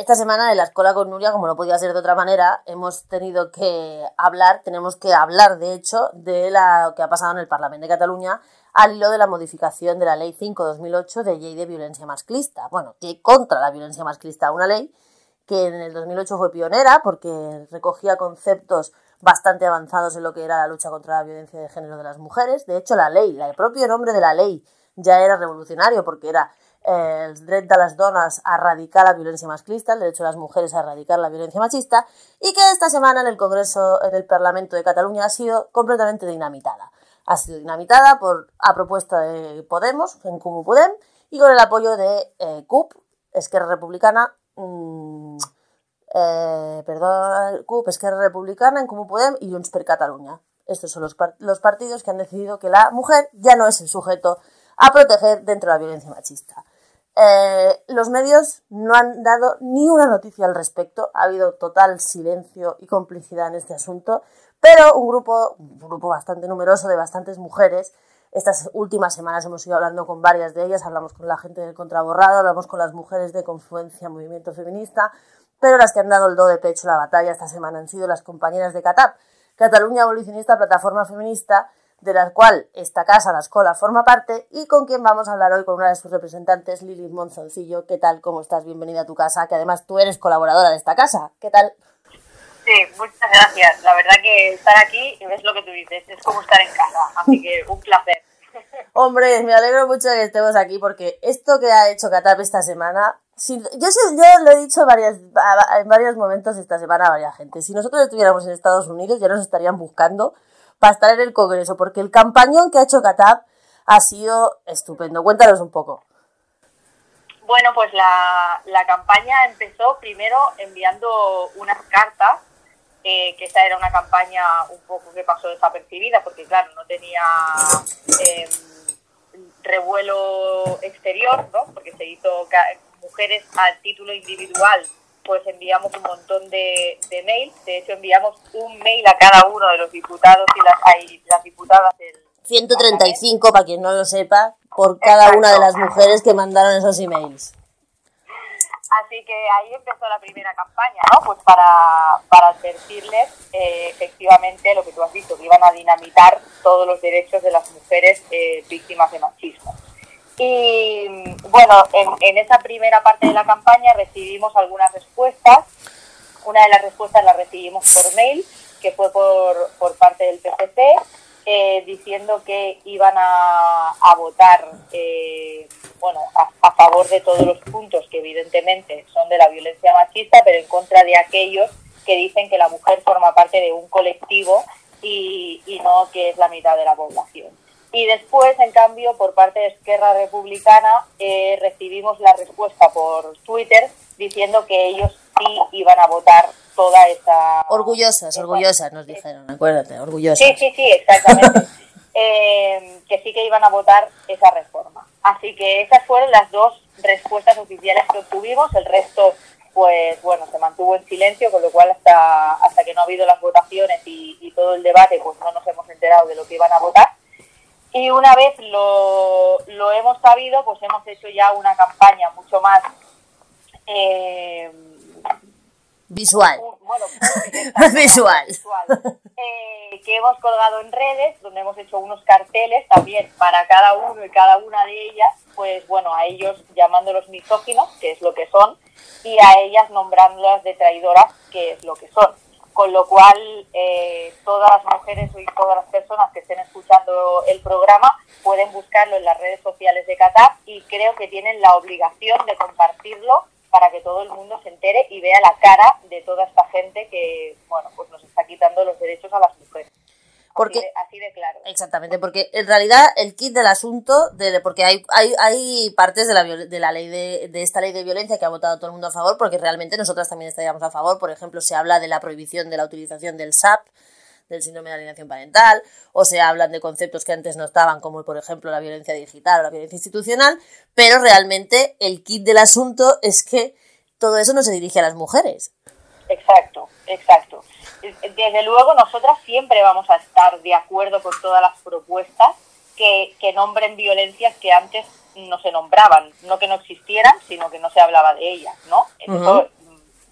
esta semana en la Escola con Nuria, como no podía ser de otra manera, tenemos que hablar de hecho, de lo que ha pasado en el Parlament de Catalunya al hilo de la modificación de la Ley 5/2008 de Llei de Violència Masclista. Bueno, que contra la violencia masclista, una ley que en el 2008 fue pionera porque recogía conceptos bastante avanzados en lo que era la lucha contra la violencia de género de las mujeres. De hecho, el propio nombre de la ley ya era revolucionario porque era el dret de les dones a erradicar la violencia masclista, el derecho de las mujeres a erradicar la violencia machista, y que esta semana en el Parlamento de Cataluña ha sido completamente dinamitada. Ha sido dinamitada a propuesta de Podemos, en Comú Podem, y con el apoyo de CUP, Esquerra Republicana, CUP, Esquerra Republicana, en Comú Podem y Junts per Catalunya. Estos son los partidos que han decidido que la mujer ya no es el sujeto a proteger dentro de la violencia machista. Los medios no han dado ni una noticia al respecto, ha habido total silencio y complicidad en este asunto, pero un grupo bastante numeroso de bastantes mujeres, estas últimas semanas hemos ido hablando con varias de ellas, hablamos con la gente del Contraborrado, hablamos con las mujeres de Confluencia Movimiento Feminista, pero las que han dado el do de pecho a la batalla esta semana han sido las compañeras de CATAP, Catalunya Abolicionista Plataforma Feminista, de la cual esta casa, la escuela, forma parte, y con quien vamos a hablar hoy con una de sus representantes, Lilith Monzoncillo. ¿Qué tal? ¿Cómo estás? Bienvenida a tu casa, que además tú eres colaboradora de esta casa. ¿Qué tal? Sí, muchas gracias. La verdad que estar aquí, es lo que tú dices, es como estar en casa, así que un placer. Hombre, me alegro mucho de que estemos aquí, porque esto que ha hecho CATAP esta semana, yo lo he dicho en varios momentos esta semana a varias gente, si nosotros estuviéramos en Estados Unidos ya nos estarían buscando para estar en el Congreso, porque el campañón que ha hecho CATAP ha sido estupendo. Cuéntanos un poco. Bueno, pues la campaña empezó primero enviando unas cartas, que esta era una campaña un poco que pasó desapercibida, porque claro, no tenía revuelo exterior, ¿no? Porque se hizo mujeres a título individual, pues enviamos un montón de mails. De hecho, enviamos un mail a cada uno de los diputados y las diputadas del 135, para quien no lo sepa, por cada una de las mujeres que mandaron esos emails. Así que ahí empezó la primera campaña, ¿no? Pues para advertirles efectivamente lo que tú has dicho, que iban a dinamitar todos los derechos de las mujeres víctimas de machismo. Y bueno, en esa primera parte de la campaña recibimos algunas respuestas. Una de las respuestas la recibimos por mail, que fue por parte del PSC, diciendo que iban a votar a favor de todos los puntos que evidentemente son de la violencia machista, pero en contra de aquellos que dicen que la mujer forma parte de un colectivo y no que es la mitad de la población. Y después, en cambio, por parte de Esquerra Republicana, recibimos la respuesta por Twitter diciendo que ellos sí iban a votar toda esa... Orgullosas, nos dijeron, acuérdate, orgullosas. Sí, exactamente. Que sí que iban a votar esa reforma. Así que esas fueron las dos respuestas oficiales que obtuvimos. El resto, pues bueno, se mantuvo en silencio, con lo cual hasta que no ha habido las votaciones y todo el debate, pues no nos hemos enterado de lo que iban a votar. Y una vez lo hemos sabido, pues hemos hecho ya una campaña mucho más visual. Visual. Que hemos colgado en redes, donde hemos hecho unos carteles también para cada uno y cada una de ellas, pues bueno, a ellos llamándolos misóginos, que es lo que son, y a ellas nombrándolas de traidoras, que es lo que son. Con lo cual, todas las mujeres y todas las personas que estén escuchando el programa pueden buscarlo en las redes sociales de CATAP, y creo que tienen la obligación de compartirlo para que todo el mundo se entere y vea la cara de toda esta gente que, bueno, pues nos está quitando los derechos a las mujeres. Así de claro. Exactamente, porque en realidad el kit del asunto, porque hay partes de la ley de esta ley de violencia que ha votado todo el mundo a favor, porque realmente nosotras también estaríamos a favor. Por ejemplo, se habla de la prohibición de la utilización del SAP, del síndrome de alienación parental, o se hablan de conceptos que antes no estaban, como por ejemplo la violencia digital o la violencia institucional, pero realmente el kit del asunto es que todo eso no se dirige a las mujeres. Exacto. Desde luego nosotras siempre vamos a estar de acuerdo con todas las propuestas que nombren violencias que antes no se nombraban, no que no existieran, sino que no se hablaba de ellas, ¿no? Eso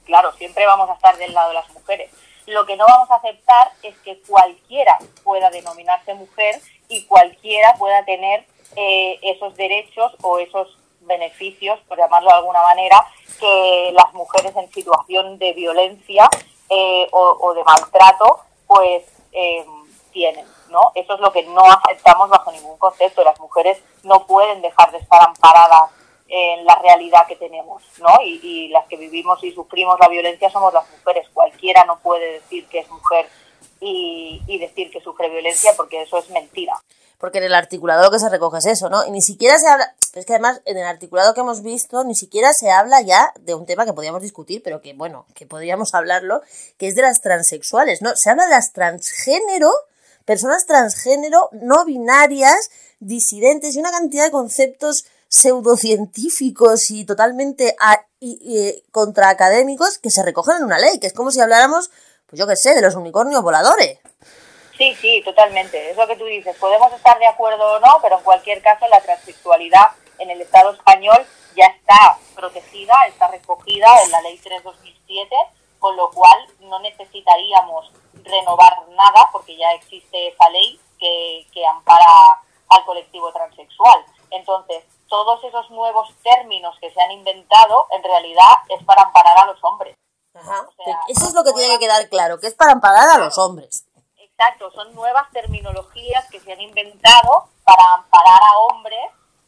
claro, siempre vamos a estar del lado de las mujeres. Lo que no vamos a aceptar es que cualquiera pueda denominarse mujer y cualquiera pueda tener esos derechos o esos beneficios, por llamarlo de alguna manera, que las mujeres en situación de violencia o de maltrato pues tienen, ¿no? Eso es lo que no aceptamos bajo ningún concepto. Las mujeres no pueden dejar de estar amparadas en la realidad que tenemos, ¿no? Y las que vivimos y sufrimos la violencia somos las mujeres. Cualquiera no puede decir que es mujer y decir que sufre violencia, porque eso es mentira. Porque en el articulado lo que se recoge es eso, ¿no? Y ni siquiera se habla... Es que además en el articulado que hemos visto ni siquiera se habla ya de un tema que podíamos discutir, pero que, bueno, que podríamos hablarlo, que es de las transexuales, ¿no? Se habla de las transgénero, personas transgénero, no binarias, disidentes y una cantidad de conceptos pseudocientíficos y totalmente contraacadémicos que se recogen en una ley, que es como si habláramos, pues yo qué sé, de los unicornios voladores. Sí, totalmente. Es lo que tú dices. Podemos estar de acuerdo o no, pero en cualquier caso la transexualidad en el Estado español ya está protegida, está recogida en la Ley 3/2007, con lo cual no necesitaríamos renovar nada porque ya existe esa ley que ampara al colectivo transexual. Entonces, todos esos nuevos términos que se han inventado, en realidad es para amparar a los hombres. Ajá. O sea, eso es lo que tiene que quedar claro, que es para amparar a los hombres. Exacto, son nuevas terminologías que se han inventado para amparar a hombres,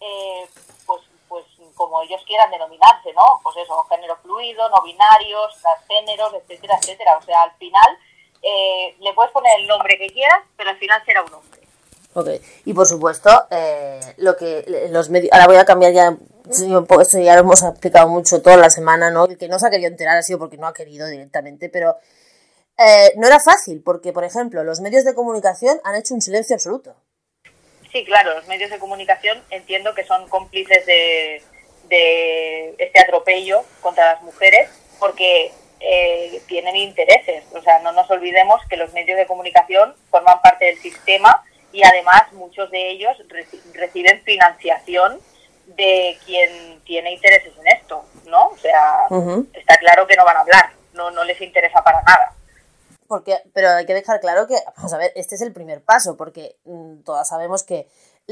pues como ellos quieran denominarse, ¿no? Pues eso, género fluido, no binarios, transgéneros, etcétera, etcétera. O sea, al final le puedes poner el nombre que quieras, pero al final será un hombre. Ok, y por supuesto, lo que los medios... Ahora voy a cambiar ya un poco, esto ya lo hemos explicado mucho toda la semana, ¿no? El que no se ha querido enterar ha sido porque no ha querido directamente, pero... no era fácil, porque, por ejemplo, los medios de comunicación han hecho un silencio absoluto. Sí, claro, los medios de comunicación entiendo que son cómplices de este atropello contra las mujeres, porque tienen intereses. O sea, no nos olvidemos que los medios de comunicación forman parte del sistema y además muchos de ellos reciben financiación de quien tiene intereses en esto, ¿no? O sea, Está claro que no van a hablar, no les interesa para nada. Pero hay que dejar claro que, vamos a ver, este es el primer paso, porque todas sabemos que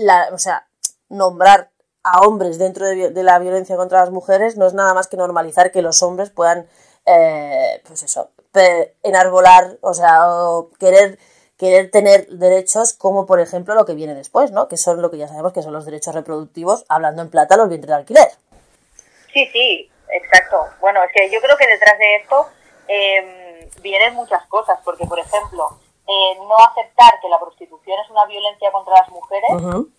nombrar a hombres dentro de la violencia contra las mujeres no es nada más que normalizar que los hombres puedan, enarbolar, o querer tener derechos como, por ejemplo, lo que viene después, ¿no? Que son lo que ya sabemos que son los derechos reproductivos, hablando en plata, los vientres de alquiler. Sí, exacto. Bueno, es que yo creo que detrás de esto vienen muchas cosas, porque, por ejemplo, no aceptar que la prostitución es una violencia contra las mujeres,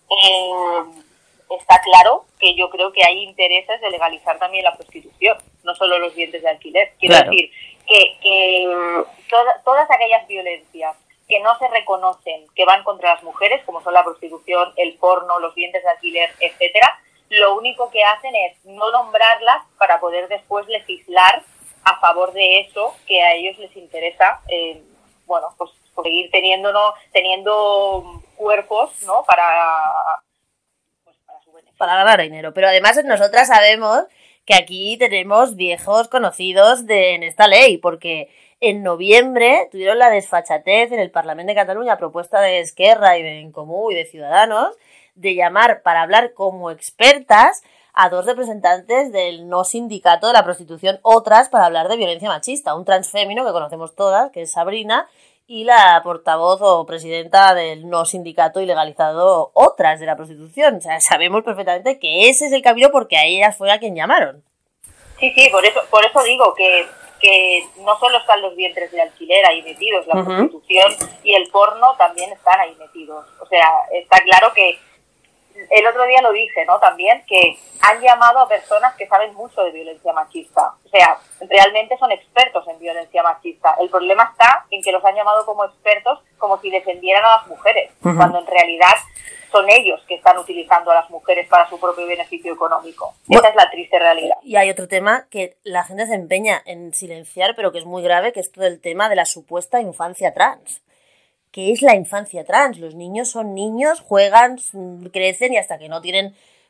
está claro que yo creo que hay intereses de legalizar también la prostitución, no solo los vientres de alquiler. Quiero decir que todas aquellas violencias que no se reconocen que van contra las mujeres, como son la prostitución, el porno, los vientres de alquiler, etcétera, lo único que hacen es no nombrarlas para poder después legislar a favor de eso que a ellos les interesa, pues seguir teniendo cuerpos, ¿no? Para su beneficio. Para ganar dinero. Pero además nosotras sabemos que aquí tenemos viejos conocidos en esta ley, porque en noviembre tuvieron la desfachatez en el Parlamento de Cataluña, a propuesta de Esquerra y de En Comú y de Ciudadanos, de llamar para hablar como expertas a dos representantes del no sindicato de la prostitución, otras, para hablar de violencia machista, un transfémino que conocemos todas, que es Sabrina, y la portavoz o presidenta del no sindicato ilegalizado, otras, de la prostitución. O sea, sabemos perfectamente que ese es el camino, porque a ellas fue a quien llamaron. Sí, por eso digo que no solo están los vientres de alquiler ahí metidos, la prostitución y el porno también están ahí metidos. O sea, está claro que el otro día lo dije, ¿no? También que han llamado a personas que saben mucho de violencia machista. O sea, realmente son expertos en violencia machista. El problema está en que los han llamado como expertos como si defendieran a las mujeres, cuando en realidad son ellos que están utilizando a las mujeres para su propio beneficio económico. Esa es la triste realidad. Y hay otro tema que la gente se empeña en silenciar, pero que es muy grave, que es todo el tema de la supuesta infancia trans. ¿Qué es la infancia trans? Los niños son niños, juegan, crecen y hasta que no tienen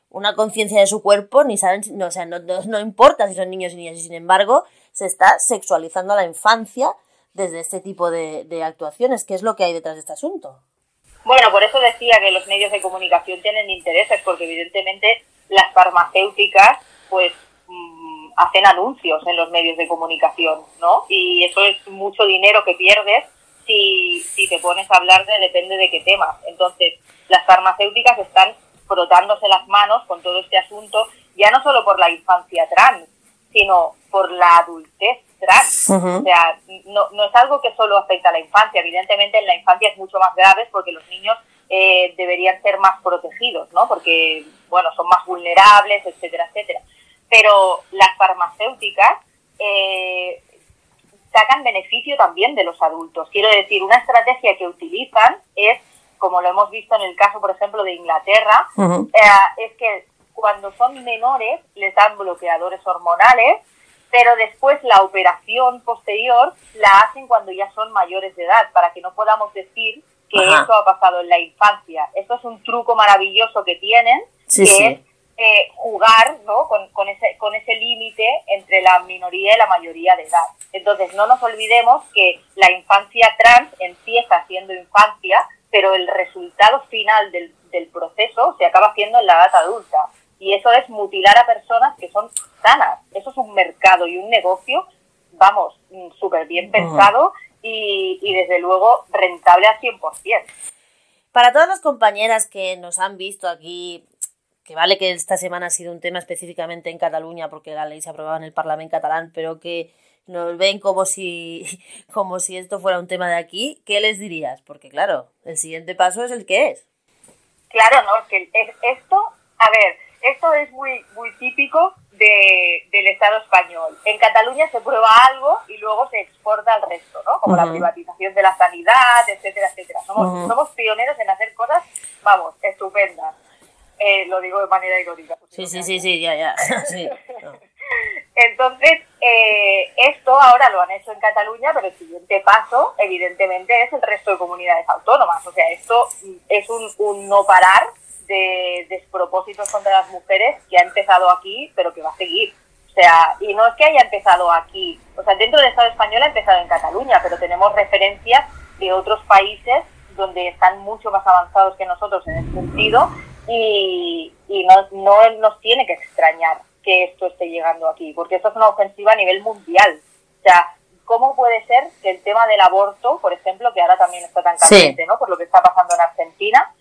una conciencia de su cuerpo, ni saben, no, o sea, no importa si son niños y niñas, y sin embargo se está sexualizando a la infancia desde este tipo de actuaciones. ¿Qué es lo que hay detrás de este asunto? Bueno, por eso decía que los medios de comunicación tienen intereses, porque evidentemente las farmacéuticas pues hacen anuncios en los medios de comunicación, ¿no? Y eso es mucho dinero que pierdes si te pones a hablar depende de qué temas. Entonces, las farmacéuticas están frotándose las manos con todo este asunto, ya no solo por la infancia trans, sino por la adultez trans. O sea, no es algo que solo afecta a la infancia. Evidentemente en la infancia es mucho más grave porque los niños deberían ser más protegidos, ¿no? Porque, bueno, son más vulnerables, etcétera, etcétera. Pero las farmacéuticas sacan beneficio también de los adultos. Quiero decir, una estrategia que utilizan es, como lo hemos visto en el caso, por ejemplo, de Inglaterra, es que cuando son menores les dan bloqueadores hormonales, pero después la operación posterior la hacen cuando ya son mayores de edad, para que no podamos decir que eso ha pasado en la infancia. Eso es un truco maravilloso que tienen, es jugar, ¿no? con ese límite entre la minoría y la mayoría de edad. Entonces, no nos olvidemos que la infancia trans empieza siendo infancia, pero el resultado final del proceso se acaba haciendo en la edad adulta. Y eso es mutilar a personas que son sanas. Eso es un mercado y un negocio, vamos, súper bien pensado y desde luego rentable al 100%. Para todas las compañeras que nos han visto aquí, que vale que esta semana ha sido un tema específicamente en Cataluña porque la ley se aprobaba en el Parlamento catalán, pero que nos ven como si esto fuera un tema de aquí, ¿qué les dirías? Porque claro, el siguiente paso es el que es. Claro, no, es que esto es muy, muy típico del Estado español. En Cataluña se prueba algo y luego se exporta al resto, ¿no? Como la privatización de la sanidad, etcétera, etcétera. Somos pioneros en hacer cosas, vamos, estupendas. Lo digo de manera irónica. Sí, ya. Sí. No. Entonces, esto ahora lo han hecho en Cataluña, pero el siguiente paso, evidentemente, es el resto de comunidades autónomas. O sea, esto es un no parar de despropósitos contra las mujeres que ha empezado aquí, pero que va a seguir. O sea, y no es que haya empezado aquí. O sea, dentro del Estado español ha empezado en Cataluña, pero tenemos referencias de otros países donde están mucho más avanzados que nosotros en ese sentido y no nos tiene que extrañar que esto esté llegando aquí, porque esto es una ofensiva a nivel mundial. O sea, ¿cómo puede ser que el tema del aborto, por ejemplo, que ahora también está tan caliente, ¿no? Por lo que está pasando en Argentina,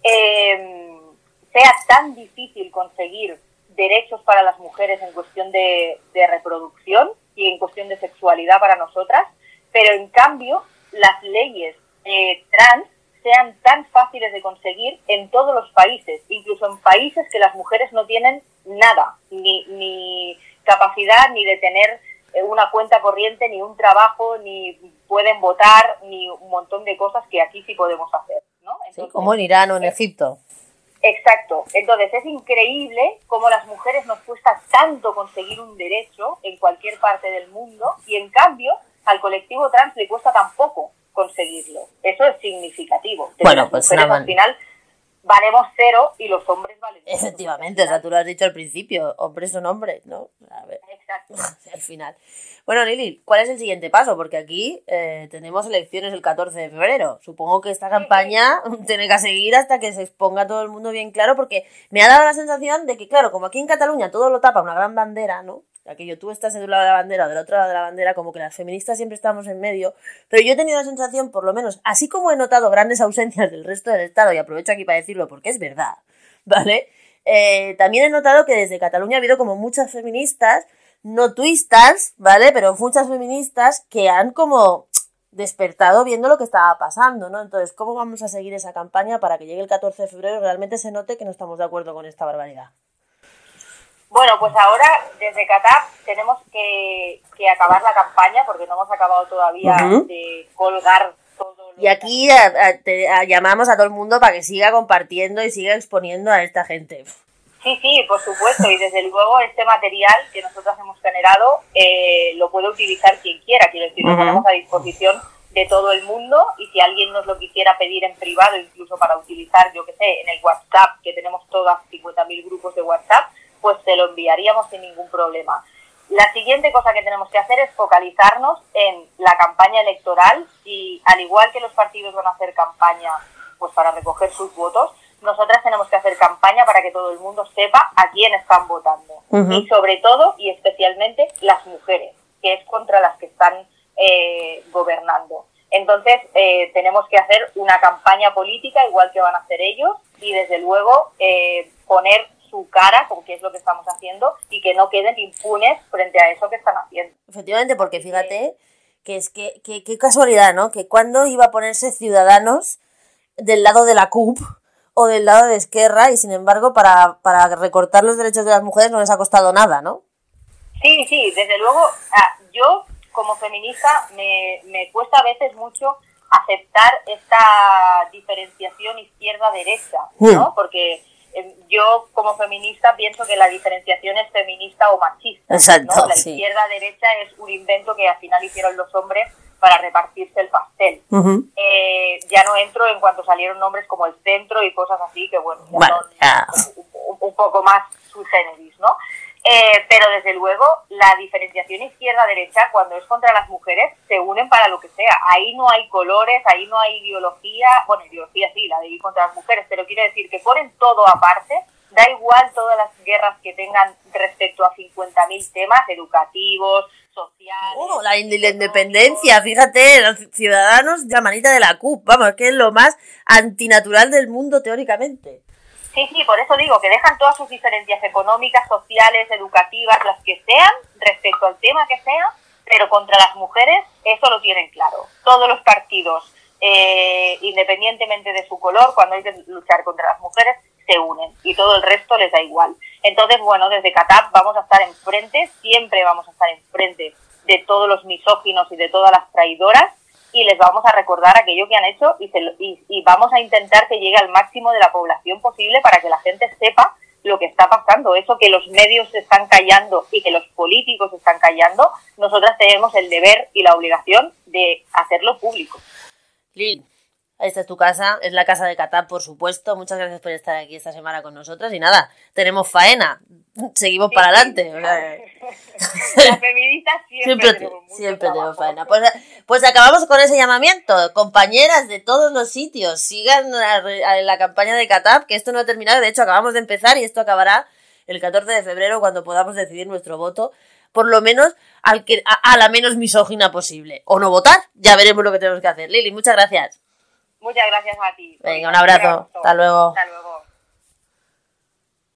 sea tan difícil conseguir derechos para las mujeres en cuestión de reproducción y en cuestión de sexualidad para nosotras, pero en cambio las leyes trans sean tan fáciles de conseguir en todos los países, incluso en países que las mujeres no tienen nada, ni capacidad ni de tener una cuenta corriente, ni un trabajo, ni pueden votar, ni un montón de cosas que aquí sí podemos hacer, ¿no? Entonces, sí, como en Irán o en Egipto. Exacto. Entonces es increíble cómo a las mujeres nos cuesta tanto conseguir un derecho en cualquier parte del mundo y en cambio al colectivo trans le cuesta tan poco conseguirlo. Eso es significativo. Bueno, pues al final valemos cero y los hombres valen cero. Efectivamente, o sea, tú lo has dicho al principio, hombres son hombres, ¿no? A ver. Exacto. Al final. Bueno, Lili, ¿cuál es el siguiente paso? Porque aquí tenemos elecciones el 14 de febrero. Supongo que esta campaña tiene que seguir hasta que se exponga todo el mundo bien claro, porque me ha dado la sensación de que, claro, como aquí en Cataluña todo lo tapa una gran bandera, ¿no? Aquello, tú estás de un lado de la bandera o del otro lado de la bandera, como que las feministas siempre estamos en medio, pero yo he tenido la sensación, por lo menos, así como he notado grandes ausencias del resto del Estado, y aprovecho aquí para decirlo porque es verdad, ¿vale? También he notado que desde Cataluña ha habido como muchas feministas, no twistas, ¿vale? Pero muchas feministas que han como despertado viendo lo que estaba pasando, ¿no? Entonces, ¿cómo vamos a seguir esa campaña para que llegue el 14 de febrero y realmente se note que no estamos de acuerdo con esta barbaridad? Bueno, pues ahora desde Qatar tenemos que acabar la campaña porque no hemos acabado todavía de colgar todo. Y aquí llamamos a todo el mundo para que siga compartiendo y siga exponiendo a esta gente. Sí, por supuesto, y desde luego este material que nosotros hemos generado lo puede utilizar quien quiera, quiero decir, lo ponemos a disposición de todo el mundo, y si alguien nos lo quisiera pedir en privado, incluso para utilizar, yo que sé, en el WhatsApp, que tenemos todas 50.000 grupos de WhatsApp, pues te lo enviaríamos sin ningún problema. La siguiente cosa que tenemos que hacer es focalizarnos en la campaña electoral, y al igual que los partidos van a hacer campaña pues para recoger sus votos, nosotras tenemos que hacer campaña para que todo el mundo sepa a quién están votando. Y sobre todo y especialmente las mujeres, que es contra las que están gobernando. Entonces tenemos que hacer una campaña política igual que van a hacer ellos, y desde luego poner su cara con qué es lo que estamos haciendo y que no queden impunes frente a eso que están haciendo. Efectivamente, porque fíjate que es que qué casualidad, ¿no? Que cuando iba a ponerse Ciudadanos del lado de la CUP o del lado de Esquerra, y sin embargo para recortar los derechos de las mujeres no les ha costado nada, ¿no? Sí, desde luego. Yo como feminista me cuesta a veces mucho aceptar esta diferenciación izquierda-derecha, ¿no? Porque yo como feminista pienso que la diferenciación es feminista o machista. Exacto, ¿no? La sí. izquierda-derecha es un invento que al final hicieron los hombres para repartirse el pastel. Ya no entro en cuanto salieron nombres como el centro y cosas así, que bueno, son un poco más sui generis, ¿no? Pero desde luego la diferenciación izquierda-derecha, cuando es contra las mujeres, se unen para lo que sea. Ahí no hay colores, ahí no hay ideología. Bueno, ideología sí, la de ir contra las mujeres, pero quiero decir que ponen todo aparte. Da igual todas las guerras que tengan respecto a 50.000 temas educativos, sociales. La independencia, fíjate, los Ciudadanos, la manita de la CUP, vamos, que es lo más antinatural del mundo teóricamente. Sí, por eso digo que dejan todas sus diferencias económicas, sociales, educativas, las que sean, respecto al tema que sea, pero contra las mujeres eso lo tienen claro. Todos los partidos, independientemente de su color, cuando hay que luchar contra las mujeres, se unen, y todo el resto les da igual. Entonces, bueno, desde CATAP vamos a estar enfrente, siempre vamos a estar enfrente de todos los misóginos y de todas las traidoras, y les vamos a recordar aquello que han hecho, y vamos a intentar que llegue al máximo de la población posible para que la gente sepa lo que está pasando. Eso que los medios se están callando y que los políticos están callando, nosotras tenemos el deber y la obligación de hacerlo público. Lil, esta es tu casa, es la casa de CATAP, por supuesto. Muchas gracias por estar aquí esta semana con nosotras. Y nada, tenemos faena. Seguimos para adelante. O sea, las feministas siempre tenemos faena. Pues acabamos con ese llamamiento. Compañeras de todos los sitios, sigan la campaña de CATAP, que esto no ha terminado. De hecho, acabamos de empezar y esto acabará el 14 de febrero cuando podamos decidir nuestro voto. Por lo menos a la menos misógina posible. O no votar, ya veremos lo que tenemos que hacer. Lili, muchas gracias. Muchas gracias a ti. Venga, un abrazo. Hasta luego. Hasta luego.